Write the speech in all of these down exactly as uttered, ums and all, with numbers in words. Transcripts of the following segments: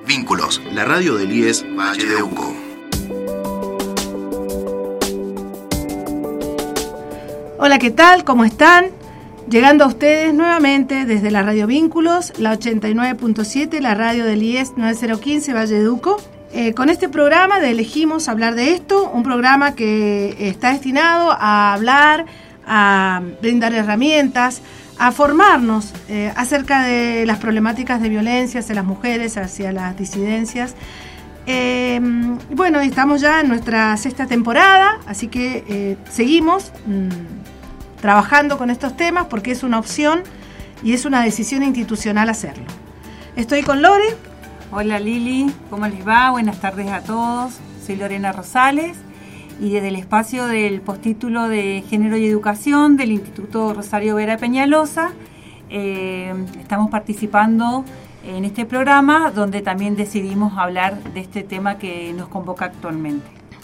Vínculos, la radio del I E S Valle de Uco. Hola, ¿qué tal? ¿Cómo están? Llegando a ustedes nuevamente desde la radio Vínculos, la ochenta y nueve punto siete, la radio del I E S nueve cero uno cinco Valle de Uco. Eh, con este programa de Elegimos Hablar de Esto, un programa que está destinado a hablar, a brindar herramientas, a formarnos eh, acerca de las problemáticas de violencia hacia las mujeres, hacia las disidencias. Eh, bueno, estamos ya en nuestra sexta temporada, así que eh, seguimos mmm, trabajando con estos temas porque es una opción y es una decisión institucional hacerlo. Estoy con Lore. Hola Lili, ¿cómo les va? Buenas tardes a todos. Soy Lorena Rosales y desde el espacio del postítulo de Género y Educación del Instituto Rosario Vera Peñalosa eh, estamos participando en este programa donde también decidimos hablar de este tema que nos convoca actualmente.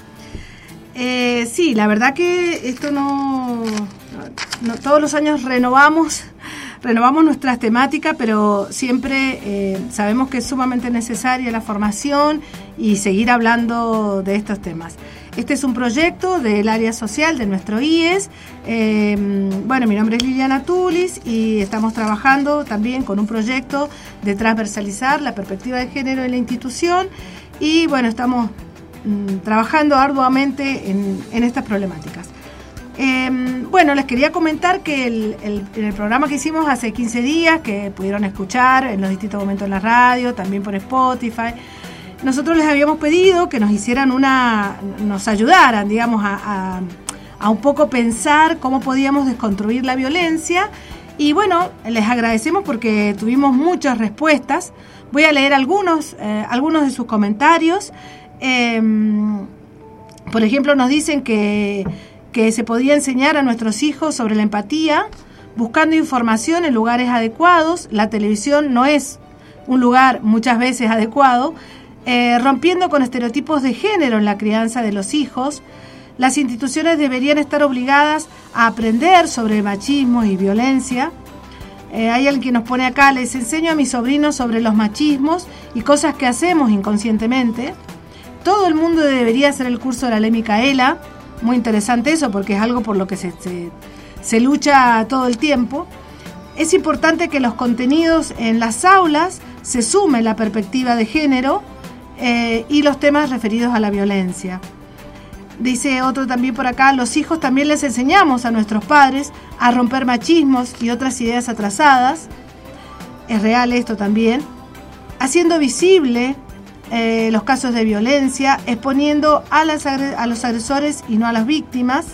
Eh, sí, la verdad que esto no, no todos los años renovamos renovamos nuestras temáticas, pero siempre eh, sabemos que es sumamente necesaria la formación y seguir hablando de estos temas. Este es un proyecto del área social de nuestro I E S. Eh, bueno, mi nombre es Liliana Tulis y estamos trabajando también con un proyecto de transversalizar la perspectiva de género en la institución y bueno, estamos mm, trabajando arduamente en, en estas problemáticas. Eh, bueno, les quería comentar que el, el, el programa que hicimos hace quince días, que pudieron escuchar en los distintos momentos en la radio, también por Spotify, nosotros les habíamos pedido que nos hicieran una, nos ayudaran, digamos, a, a, a un poco pensar cómo podíamos desconstruir la violencia. Y bueno, les agradecemos porque tuvimos muchas respuestas. Voy a leer algunos, eh, algunos de sus comentarios. Eh, por ejemplo, nos dicen que, que se podía enseñar a nuestros hijos sobre la empatía, buscando información en lugares adecuados. La televisión no es un lugar muchas veces adecuado. Eh, rompiendo con estereotipos de género en la crianza de los hijos. Las instituciones deberían estar obligadas a aprender sobre machismo y violencia. Eh, hay alguien que nos pone acá: les enseño a mis sobrinos sobre los machismos y cosas que hacemos inconscientemente. Todo el mundo debería hacer el curso de la Ley Micaela. Muy interesante eso, porque es algo por lo que se, se, se lucha todo el tiempo. Es importante que los contenidos en las aulas se sume la perspectiva de género Eh, y los temas referidos a la violencia. Dice otro también por acá: los hijos también les enseñamos a nuestros padres a romper machismos y otras ideas atrasadas. Es real esto también. Haciendo visible eh, los casos de violencia, exponiendo a, las, a los agresores y no a las víctimas.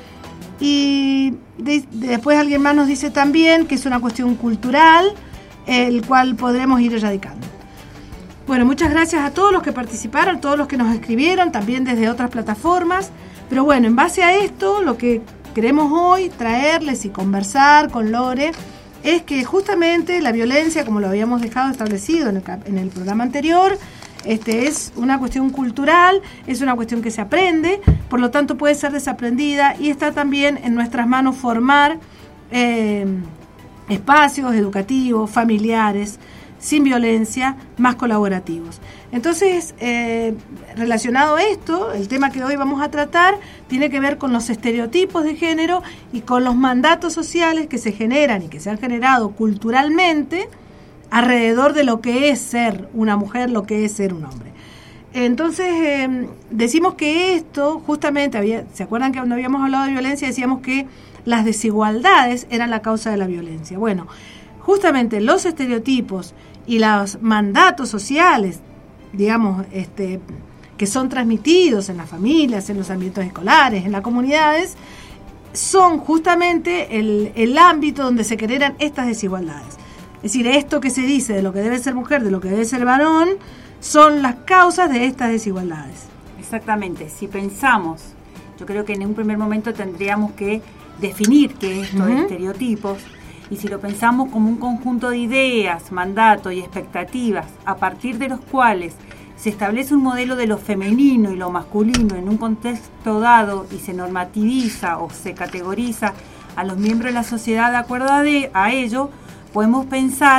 Y de, de, después alguien más nos dice también que es una cuestión cultural, eh, el cual podremos ir erradicando. Bueno, muchas gracias a todos los que participaron, todos los que nos escribieron, también desde otras plataformas. Pero bueno, en base a esto, lo que queremos hoy traerles y conversar con Lore es que justamente la violencia, como lo habíamos dejado establecido en el, en el programa anterior, este, es una cuestión cultural, es una cuestión que se aprende, por lo tanto puede ser desaprendida y está también en nuestras manos formar eh, espacios educativos, familiares, sin violencia, más colaborativos. Entonces, eh, relacionado a esto, el tema que hoy vamos a tratar tiene que ver con los estereotipos de género y con los mandatos sociales que se generan y que se han generado culturalmente alrededor de lo que es ser una mujer, lo que es ser un hombre. Entonces, eh, decimos que esto, justamente, había, ¿se acuerdan que cuando habíamos hablado de violencia decíamos que las desigualdades eran la causa de la violencia? Bueno, justamente los estereotipos y los mandatos sociales, digamos, este, que son transmitidos en las familias, en los ambientes escolares, en las comunidades, son justamente el, el ámbito donde se generan estas desigualdades. Es decir, esto que se dice de lo que debe ser mujer, de lo que debe ser varón, son las causas de estas desigualdades. Exactamente. Si pensamos, yo creo que en un primer momento tendríamos que definir qué es esto uh-huh. de estereotipos. Y si lo pensamos como un conjunto de ideas, mandatos y expectativas a partir de los cuales se establece un modelo de lo femenino y lo masculino en un contexto dado y se normativiza o se categoriza a los miembros de la sociedad de acuerdo a, de, a ello, podemos pensar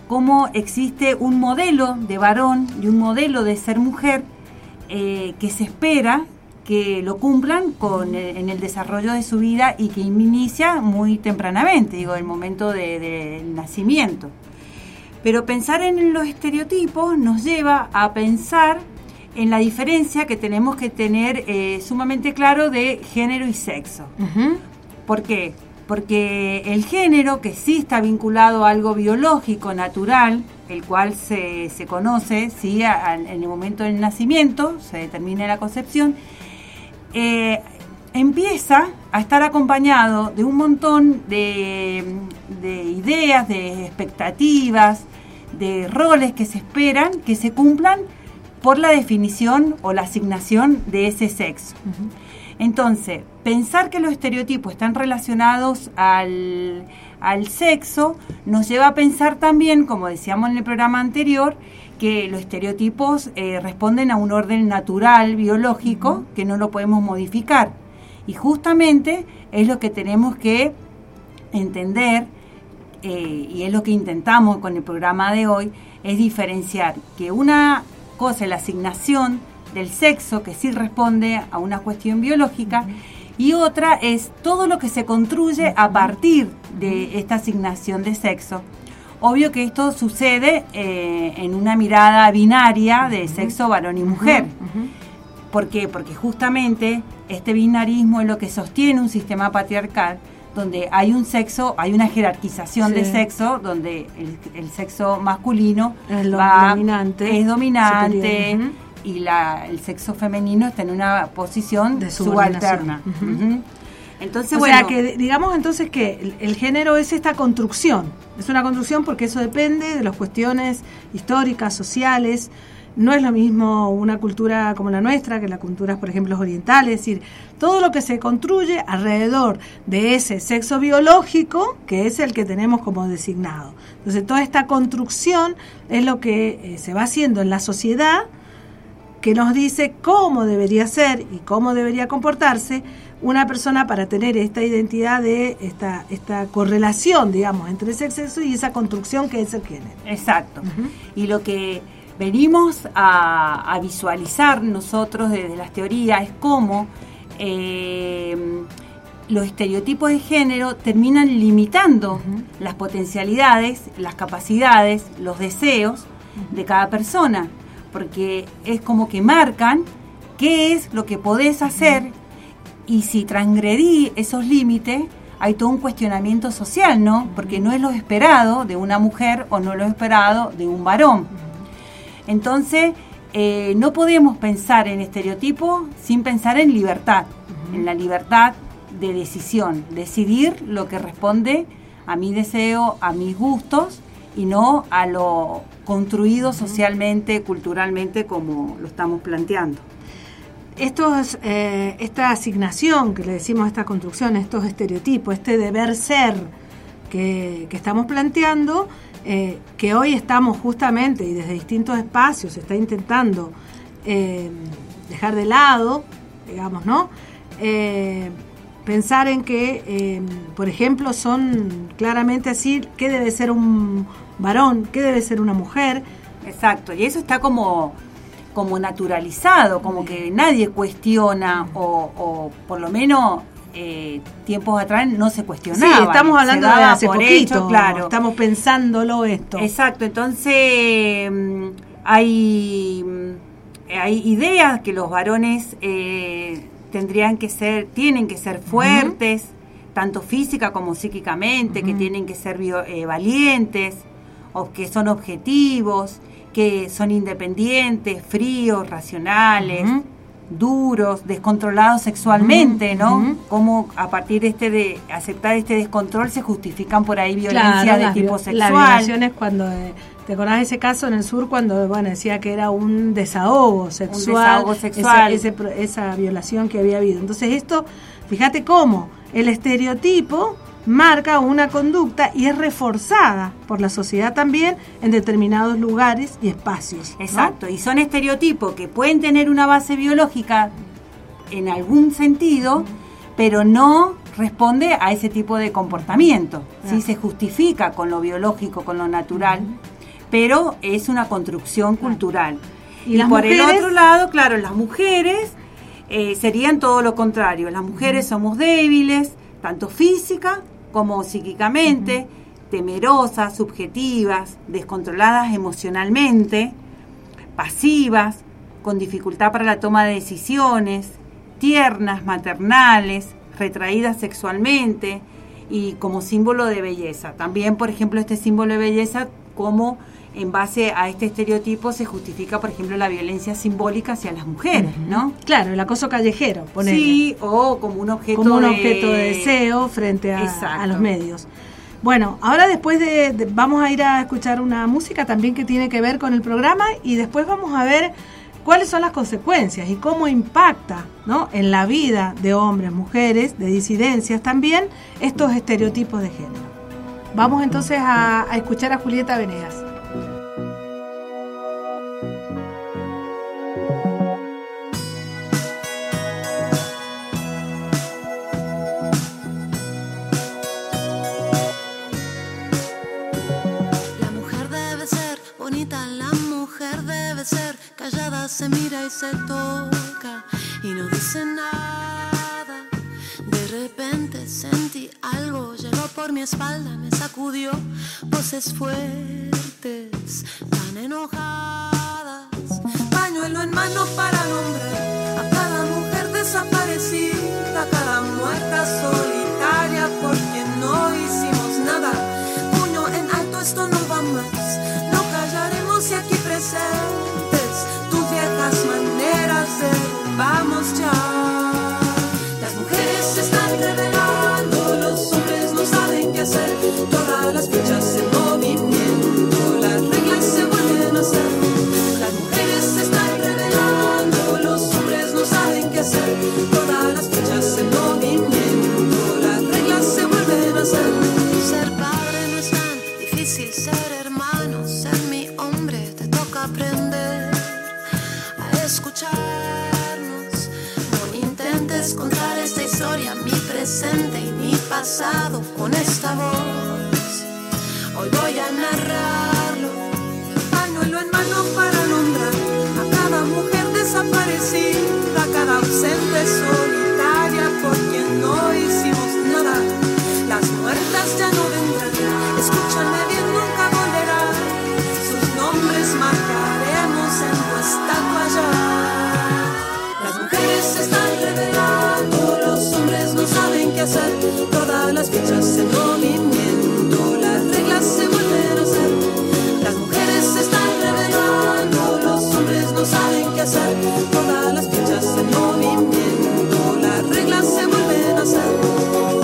cómo existe un modelo de varón y un modelo de ser mujer eh, que se espera que lo cumplan con el, en el desarrollo de su vida y que inicia muy tempranamente, digo, el momento de, de nacimiento. Pero pensar en los estereotipos nos lleva a pensar en la diferencia que tenemos que tener eh, sumamente claro de género y sexo. Uh-huh. ¿Por qué? Porque el género, que sí está vinculado a algo biológico, natural, el cual se, se conoce, ¿sí? a, a, en el momento del nacimiento, se determina la concepción, eh, empieza a estar acompañado de un montón de, de ideas, de expectativas, de roles que se esperan que se cumplan por la definición o la asignación de ese sexo. Uh-huh. Entonces, pensar que los estereotipos están relacionados al, al sexo nos lleva a pensar también, como decíamos en el programa anterior, que los estereotipos eh, responden a un orden natural, biológico, uh-huh. que no lo podemos modificar. Y justamente es lo que tenemos que entender, eh, y es lo que intentamos con el programa de hoy, es diferenciar que una cosa es la asignación del sexo, que sí responde a una cuestión biológica, uh-huh. y otra es todo lo que se construye a partir de esta asignación de sexo. Obvio que esto sucede eh, en una mirada binaria de sexo varón y mujer. Uh-huh. ¿Por qué? Porque justamente este binarismo es lo que sostiene un sistema patriarcal donde hay un sexo, hay una jerarquización sí. de sexo, donde el, el sexo masculino es lo va, dominante, es dominante uh-huh. y la, el sexo femenino está en una posición de subalterna. Uh-huh. Uh-huh. Entonces, o bueno, sea, que digamos entonces que el, el género es esta construcción, es una construcción porque eso depende de las cuestiones históricas, sociales. No es lo mismo una cultura como la nuestra que las culturas, por ejemplo, orientales. Es decir, todo lo que se construye alrededor de ese sexo biológico, que es el que tenemos como designado. Entonces, toda esta construcción es lo que eh, se va haciendo en la sociedad, que nos dice cómo debería ser y cómo debería comportarse una persona para tener esta identidad de esta, esta correlación, digamos, entre ese sexo y esa construcción que es el género. Exacto. Uh-huh. Y lo que venimos a, a visualizar nosotros desde las teorías es cómo eh, los estereotipos de género terminan limitando uh-huh. las potencialidades, las capacidades, los deseos uh-huh. de cada persona, porque es como que marcan qué es lo que podés hacer uh-huh. y si transgredí esos límites hay todo un cuestionamiento social, ¿no? Porque no es lo esperado de una mujer o no es lo esperado de un varón. Entonces, eh, no podemos pensar en estereotipo sin pensar en libertad, uh-huh. en la libertad de decisión, decidir lo que responde a mi deseo, a mis gustos y no a lo construido uh-huh. socialmente, culturalmente, como lo estamos planteando. Estos, eh, esta asignación que le decimos a esta construcción, estos estereotipos, este deber ser que, que estamos planteando, Eh, que hoy estamos justamente y desde distintos espacios se está intentando eh, dejar de lado, digamos, ¿no? Eh, pensar en que, eh, por ejemplo, son claramente así, ¿qué debe ser un varón? ¿Qué debe ser una mujer? Exacto, y eso está como, como naturalizado, como que nadie cuestiona o, o por lo menos... Eh, tiempos atrás no se cuestionaba. Sí, estamos hablando de hace poquito, hecho, claro. Estamos pensándolo esto. Exacto, entonces hay, hay ideas que los varones eh, tendrían que ser, tienen que ser fuertes, uh-huh. tanto física como psíquicamente, uh-huh. que tienen que ser bio, eh, valientes, o que son objetivos, que son independientes, fríos, racionales. Uh-huh. duros, descontrolados sexualmente, uh-huh, ¿no? Uh-huh. Cómo a partir de este de aceptar este descontrol se justifican por ahí violencias claro, de tipo sexual. Las violaciones cuando, eh, ¿te acordás de ese caso en el sur cuando, bueno, decía que era un desahogo sexual? Un desahogo sexual. Esa, ese, esa violación que había habido. Entonces esto, fíjate cómo el estereotipo marca una conducta y es reforzada por la sociedad también en determinados lugares y espacios, ¿no? Exacto, y son estereotipos que pueden tener una base biológica en algún sentido, pero no responde a ese tipo de comportamiento. Ah. Sí se justifica con lo biológico, con lo natural. Uh-huh. pero es una construcción cultural. Y, y las por mujeres, el otro lado, claro, las mujeres eh, serían todo lo contrario. Las mujeres uh-huh. somos débiles, tanto física como psíquicamente, uh-huh. temerosas, subjetivas, descontroladas emocionalmente, pasivas, con dificultad para la toma de decisiones, tiernas, maternales, retraídas sexualmente y como símbolo de belleza. También, por ejemplo, este símbolo de belleza, como en base a este estereotipo se justifica, por ejemplo, la violencia simbólica hacia las mujeres, uh-huh. ¿no? Claro, el acoso callejero, ponele. Sí, o como un objeto como un de... objeto de deseo frente a, a los medios. Bueno, ahora después de, de vamos a ir a escuchar una música también que tiene que ver con el programa y después vamos a ver cuáles son las consecuencias y cómo impacta, ¿no?, en la vida de hombres, mujeres, de disidencias también, estos estereotipos de género. Vamos entonces a, a escuchar a Julieta Venegas. Se mira y se toca y no dice nada. De repente sentí algo, llegó por mi espalda, me sacudió. Voces fuertes, tan enojadas. Pañuelo en mano para nombrar a cada mujer desaparecida, a cada muerta solitaria por quien no hicimos nada. Puño en alto, esto no va más. No callaremos y aquí presentes las maneras derrumbamos ya. Las mujeres se están revelando, los hombres no saben qué hacer. Todas las fichas en movimiento, las reglas se vuelven a hacer. Las mujeres se están revelando, los hombres no saben qué hacer. Todas las fichas en movimiento, las reglas se vuelven a hacer. Ser padre no es tan difícil, ser hermano, ser mi hombre, te toca aprender escucharnos. No intentes contar esta historia, mi presente y mi pasado con esta voz. Hoy voy a narrarlo. Pañuelo en mano para nombrar a cada mujer desaparecida, a cada ausente solitaria por quien no hicimos nada. Las muertas ya no vendrán, escúchame bien, nunca volverán. Sus nombres marcaremos en tu estatua ya. Las mujeres se están revelando, los hombres no saben qué hacer. Todas las fichas en movimiento, las reglas se vuelven a hacer. Las mujeres se están revelando, los hombres no saben qué hacer. Todas las fichas en movimiento, las reglas se vuelven a hacer.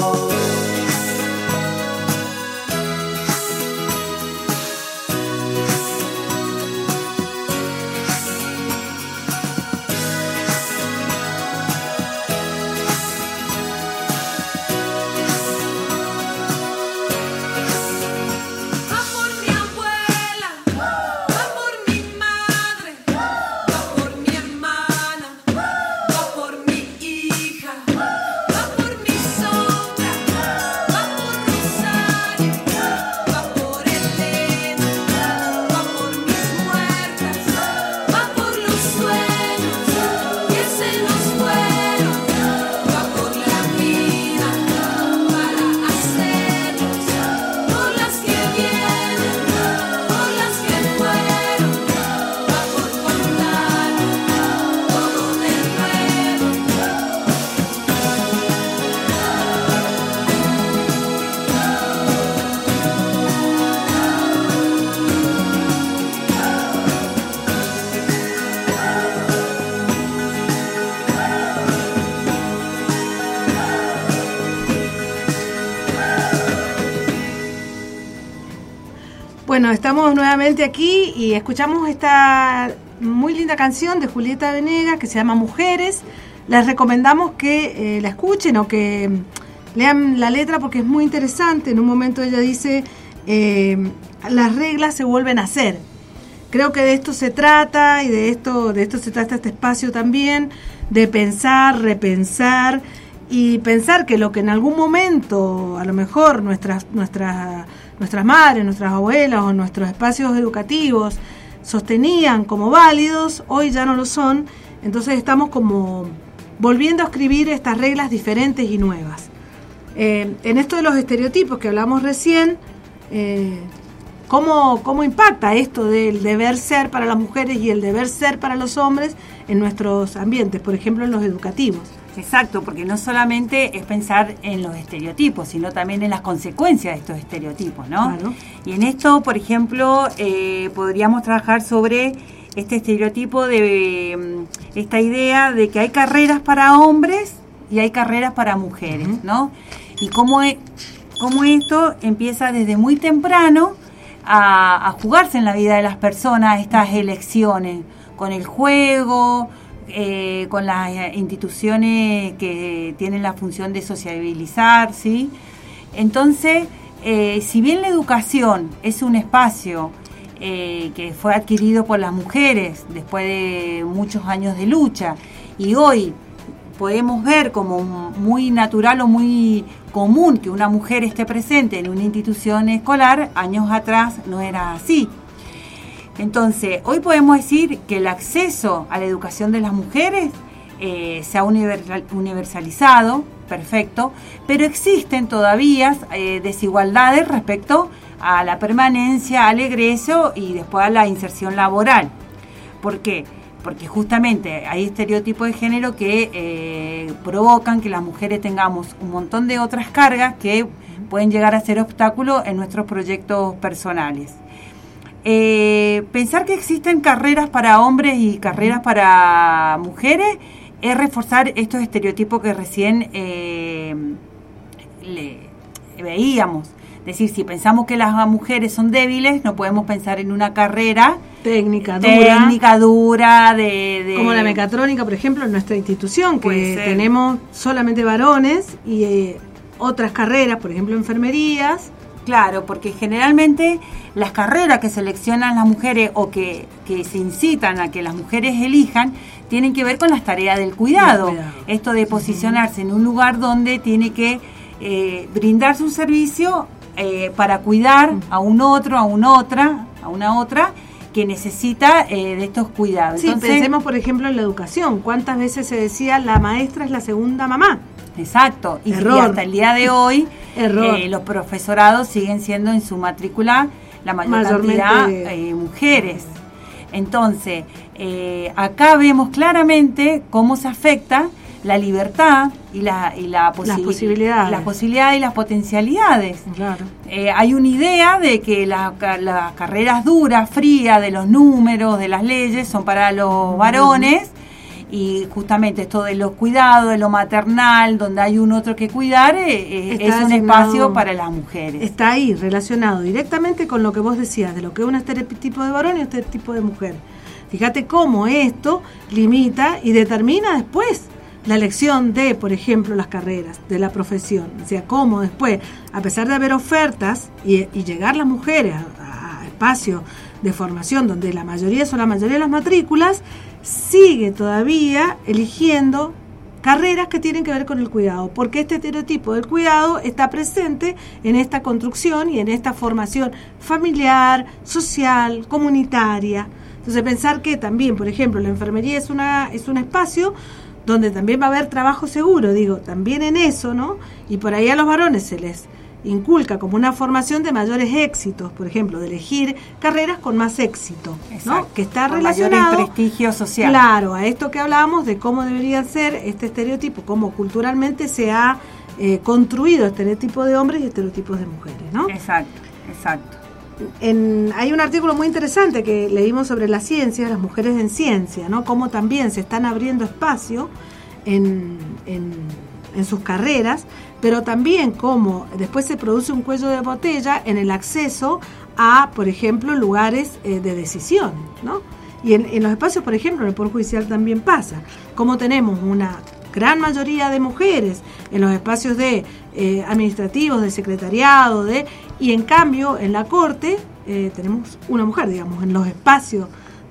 Bueno, estamos nuevamente aquí y escuchamos esta muy linda canción de Julieta Venegas que se llama Mujeres. Les recomendamos que eh, la escuchen o que lean la letra porque es muy interesante. En un momento ella dice, eh, las reglas se vuelven a hacer. Creo que de esto se trata y de esto, de esto se trata este espacio también, de pensar, repensar y pensar que lo que en algún momento, a lo mejor nuestras, nuestras nuestras madres, nuestras abuelas o nuestros espacios educativos sostenían como válidos, hoy ya no lo son. Entonces estamos como volviendo a escribir estas reglas diferentes y nuevas. Eh, en esto de los estereotipos que hablamos recién, eh, ¿cómo, ¿cómo impacta esto del deber ser para las mujeres y el deber ser para los hombres en nuestros ambientes, por ejemplo en los educativos? Exacto, porque no solamente es pensar en los estereotipos, sino también en las consecuencias de estos estereotipos, ¿no? Claro. Y en esto, por ejemplo, eh, podríamos trabajar sobre este estereotipo de esta idea de que hay carreras para hombres y hay carreras para mujeres, uh-huh. ¿no? Y cómo, es, cómo esto empieza desde muy temprano a, a jugarse en la vida de las personas estas elecciones, con el juego, eh, con las instituciones que tienen la función de sociabilizar, ¿sí? Entonces, eh, si bien la educación es un espacio Eh, que fue adquirido por las mujeres después de muchos años de lucha y hoy podemos ver como muy natural o muy común que una mujer esté presente en una institución escolar, años atrás no era así. Entonces, hoy podemos decir que el acceso a la educación de las mujeres eh, se ha universal, universalizado, perfecto, pero existen todavía eh, desigualdades respecto a la permanencia, al egreso y después a la inserción laboral. ¿Por qué? Porque justamente hay estereotipos de género que eh, provocan que las mujeres tengamos un montón de otras cargas que pueden llegar a ser obstáculos en nuestros proyectos personales. Eh, pensar que existen carreras para hombres y carreras para mujeres es reforzar estos estereotipos que recién eh, le, veíamos. Es decir, si pensamos que las mujeres son débiles, no podemos pensar en una carrera técnica dura, técnica dura de, de como la mecatrónica, por ejemplo, en nuestra institución, que tenemos solamente varones y eh, otras carreras, por ejemplo, enfermerías. Claro, porque generalmente las carreras que seleccionan las mujeres o que, que se incitan a que las mujeres elijan tienen que ver con las tareas del cuidado. cuidado. Esto de posicionarse uh-huh. en un lugar donde tiene que eh, brindarse un servicio Eh, para cuidar a un otro, a una otra, a una otra que necesita eh, de estos cuidados. Sí, Entonces, pensemos por ejemplo en la educación. ¿Cuántas veces se decía la maestra es la segunda mamá? Exacto. Y, y hasta el día de hoy eh, los profesorados siguen siendo en su matrícula la mayor Mayormente... cantidad eh, mujeres. Entonces, eh, acá vemos claramente cómo se afecta la libertad y la y la posi- las posibilidades las posibilidades y las potencialidades. Claro. Eh, hay una idea de que las la carreras duras, frías de los números, de las leyes son para los varones uh-huh. y justamente esto de los cuidados, de lo maternal, donde hay un otro que cuidar, eh, es un espacio para las mujeres. Está ahí relacionado directamente con lo que vos decías, de lo que es un estereotipo de varón y un estereotipo de mujer. Fíjate cómo esto limita y determina después la elección de, por ejemplo, las carreras, de la profesión. O sea, cómo después, a pesar de haber ofertas y, y llegar las mujeres a, a espacios de formación donde la mayoría son la mayoría de las matrículas, sigue todavía eligiendo carreras que tienen que ver con el cuidado, porque este estereotipo del cuidado está presente en esta construcción y en esta formación familiar, social, comunitaria. Entonces, pensar que también, por ejemplo, la enfermería es una es un espacio donde también va a haber trabajo seguro, digo, también en eso, ¿no? Y por ahí a los varones se les inculca como una formación de mayores éxitos, por ejemplo, de elegir carreras con más éxito, Exacto. ¿no? Que está con relacionado mayor prestigio social. Claro, a esto que hablábamos de cómo debería ser este estereotipo, cómo culturalmente se ha eh, construido estereotipo de hombres y estereotipos de mujeres, ¿no? Exacto, exacto. En, hay un artículo muy interesante que leímos sobre la ciencia, las mujeres en ciencia, ¿no? Cómo también se están abriendo espacio en, en, en sus carreras, pero también cómo después se produce un cuello de botella en el acceso a, por ejemplo, lugares eh, de decisión, ¿no? Y en, en los espacios, por ejemplo, en el Poder Judicial también pasa, cómo tenemos una gran mayoría de mujeres en los espacios de eh, administrativos, de secretariado, de y en cambio en la Corte eh, tenemos una mujer, digamos, en los espacios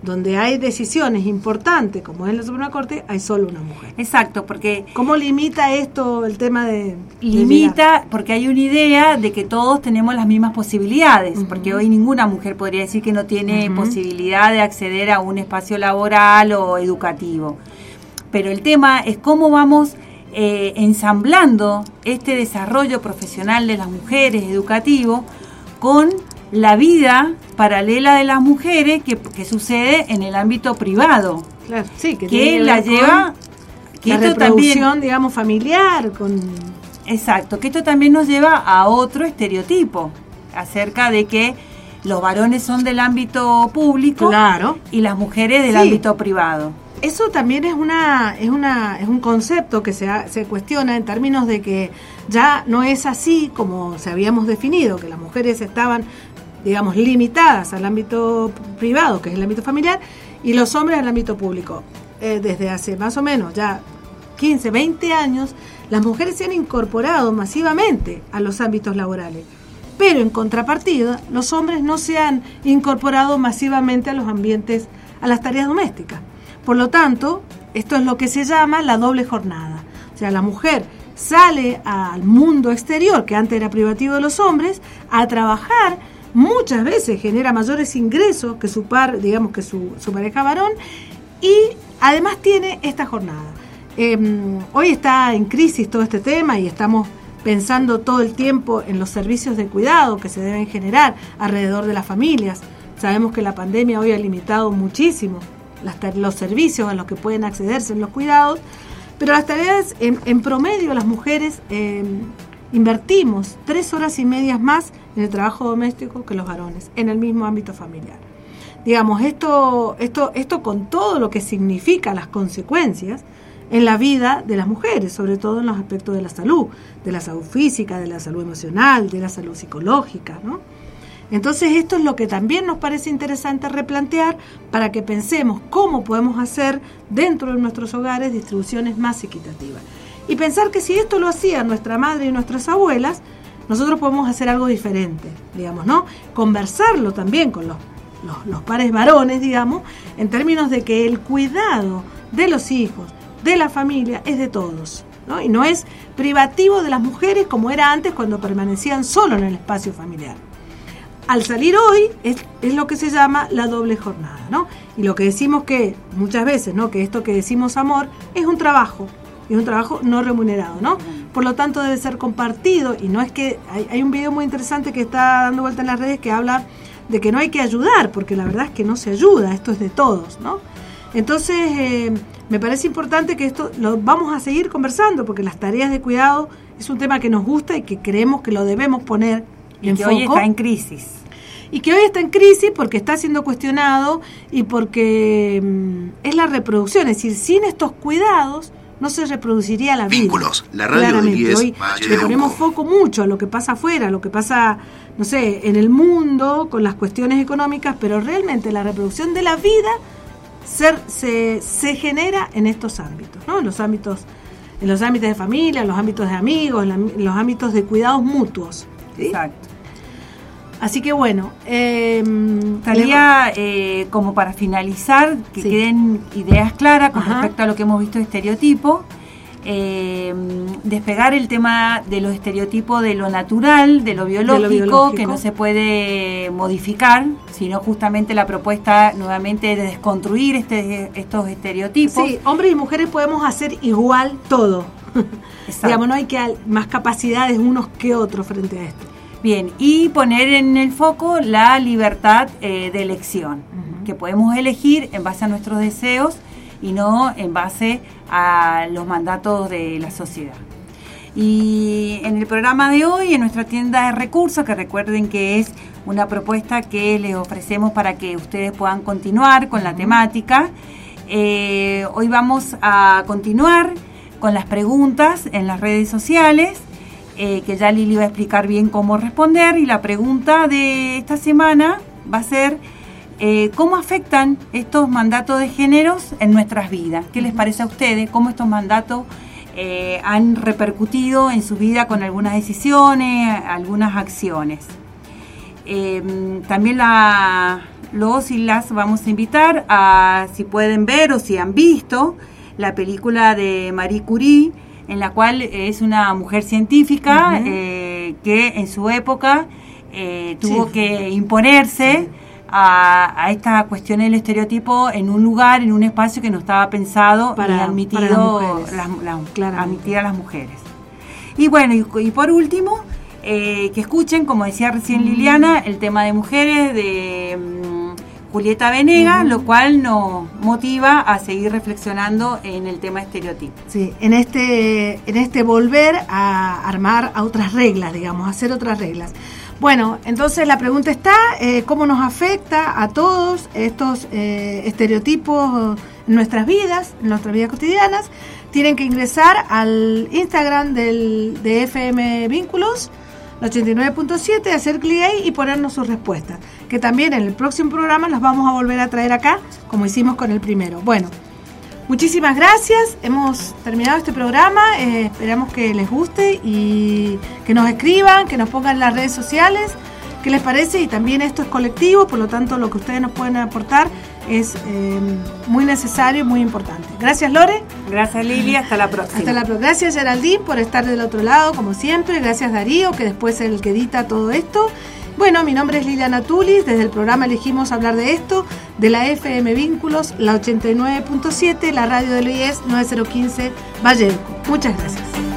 donde hay decisiones importantes, como es la Suprema Corte, hay solo una mujer. Exacto, porque... ¿Cómo limita esto el tema de...? Limita de porque hay una idea de que todos tenemos las mismas posibilidades, uh-huh. porque hoy ninguna mujer podría decir que no tiene uh-huh. posibilidad de acceder a un espacio laboral o educativo. Pero el tema es cómo vamos eh, ensamblando este desarrollo profesional de las mujeres educativo con la vida paralela de las mujeres que, que sucede en el ámbito privado. Claro, sí, que, que la lleva que la esto reproducción, también, digamos, familiar, con exacto, que esto también nos lleva a otro estereotipo acerca de que los varones son del ámbito público, claro, y las mujeres del sí. ámbito privado. Eso también es una es una es un concepto que se ha, se cuestiona en términos de que ya no es así como se habíamos definido, que las mujeres estaban, digamos, limitadas al ámbito privado, que es el ámbito familiar, y los hombres al ámbito público. Eh, desde hace más o menos ya quince, veinte años, las mujeres se han incorporado masivamente a los ámbitos laborales, pero en contrapartida, los hombres no se han incorporado masivamente a los ambientes, a las tareas domésticas. Por lo tanto, esto es lo que se llama la doble jornada. O sea, la mujer sale al mundo exterior, que antes era privativo de los hombres, a trabajar. Muchas veces genera mayores ingresos que su par, digamos que su, su pareja varón, y además tiene esta jornada. Eh, hoy está en crisis todo este tema y estamos pensando todo el tiempo en los servicios de cuidado que se deben generar alrededor de las familias. Sabemos que la pandemia hoy ha limitado muchísimo las, los servicios a los que pueden accederse en los cuidados, pero las tareas, en, en promedio, las mujeres eh, invertimos tres horas y medias más en el trabajo doméstico que los varones, en el mismo ámbito familiar. Digamos, esto, esto, esto con todo lo que significa las consecuencias en la vida de las mujeres, sobre todo en los aspectos de la salud, de la salud física, de la salud emocional, de la salud psicológica, ¿no? Entonces esto es lo que también nos parece interesante replantear para que pensemos cómo podemos hacer dentro de nuestros hogares distribuciones más equitativas. Y pensar que si esto lo hacían nuestra madre y nuestras abuelas, nosotros podemos hacer algo diferente, digamos, ¿no? Conversarlo también con los, los, los pares varones, digamos, en términos de que el cuidado de los hijos, de la familia, es de todos, ¿no? Y no es privativo de las mujeres como era antes cuando permanecían solo en el espacio familiar. Al salir hoy es, es lo que se llama la doble jornada, ¿no? Y lo que decimos que muchas veces, ¿no? Que esto que decimos amor es un trabajo, es un trabajo no remunerado, ¿no? Por lo tanto debe ser compartido, y no es que hay, hay un video muy interesante que está dando vuelta en las redes que habla de que no hay que ayudar, porque la verdad es que no se ayuda, esto es de todos, ¿no? Entonces eh, me parece importante que esto lo vamos a seguir conversando, porque las tareas de cuidado es un tema que nos gusta y que creemos que lo debemos poner y en que foco. Hoy está en crisis. Y que hoy está en crisis porque está siendo cuestionado y porque mmm, es la reproducción. Es decir, sin estos cuidados no se reproduciría la vida. Vínculos, la radio del I E S Hoy le ponemos foco mucho a lo que pasa afuera, a lo que pasa, no sé, en el mundo, con las cuestiones económicas, pero realmente la reproducción de la vida ser, se, se genera en estos ámbitos, ¿no? En los ámbitos, en los ámbitos de familia, en los ámbitos de amigos, en, la, en los ámbitos de cuidados mutuos, ¿sí? Exacto. Así que bueno, eh, estaría eh, como para finalizar, que sí. queden ideas claras con Ajá. respecto a lo que hemos visto de estereotipo, eh, despegar el tema de los estereotipos de lo natural, de lo, biológico, de lo biológico, que no se puede modificar, sino justamente la propuesta nuevamente de desconstruir este, estos estereotipos. Sí, hombres y mujeres podemos hacer igual todo. Digamos, no hay que más capacidades unos que otros frente a esto. Bien, y poner en el foco la libertad eh, de elección, uh-huh. que podemos elegir en base a nuestros deseos y no en base a los mandatos de la sociedad. Y en el programa de hoy, en nuestra tienda de recursos, que recuerden que es una propuesta que les ofrecemos para que ustedes puedan continuar con la temática, eh, hoy vamos a continuar con las preguntas en las redes sociales, Eh, que ya Lili va a explicar bien cómo responder, y la pregunta de esta semana va a ser eh, ¿cómo afectan estos mandatos de géneros en nuestras vidas? ¿Qué les parece a ustedes? ¿Cómo estos mandatos eh, han repercutido en su vida con algunas decisiones, algunas acciones? Eh, también la, los y las vamos a invitar a, si pueden ver o si han visto, la película de Marie Curie, en la cual es una mujer científica uh-huh. eh, que en su época eh, tuvo sí. que imponerse sí. a, a esta cuestión del estereotipo en un lugar, en un espacio que no estaba pensado para, ni admitido las las, las, admitir a las mujeres. Y bueno, y, y por último, eh, que escuchen, como decía recién uh-huh. Liliana, el tema de mujeres de um, Julieta Venegas, uh-huh. lo cual nos motiva a seguir reflexionando en el tema estereotipo. Sí, en este, en este volver a armar a otras reglas, digamos, a hacer otras reglas. Bueno, entonces la pregunta está, eh, ¿cómo nos afecta a todos estos eh, estereotipos en nuestras vidas, en nuestras vidas cotidianas? Tienen que ingresar al Instagram del, de F M Vínculos, ochenta y nueve punto siete, hacer clic ahí y ponernos sus respuestas, que también en el próximo programa las vamos a volver a traer acá, como hicimos con el primero. Bueno, muchísimas gracias, hemos terminado este programa, eh, esperamos que les guste y que nos escriban, que nos pongan en las redes sociales qué les parece, y también esto es colectivo, por lo tanto lo que ustedes nos pueden aportar es eh, muy necesario y muy importante. Gracias, Lore. Gracias, Lili, hasta la próxima. Hasta la próxima. Gracias, Geraldine, por estar del otro lado, como siempre. Gracias, Darío, que después es el que edita todo esto. Bueno, mi nombre es Liliana Tulis, desde el programa elegimos hablar de esto, de la F M Vínculos, la ochenta y nueve punto siete, la radio del I E S nueve cero uno cinco Vallejo. Muchas gracias.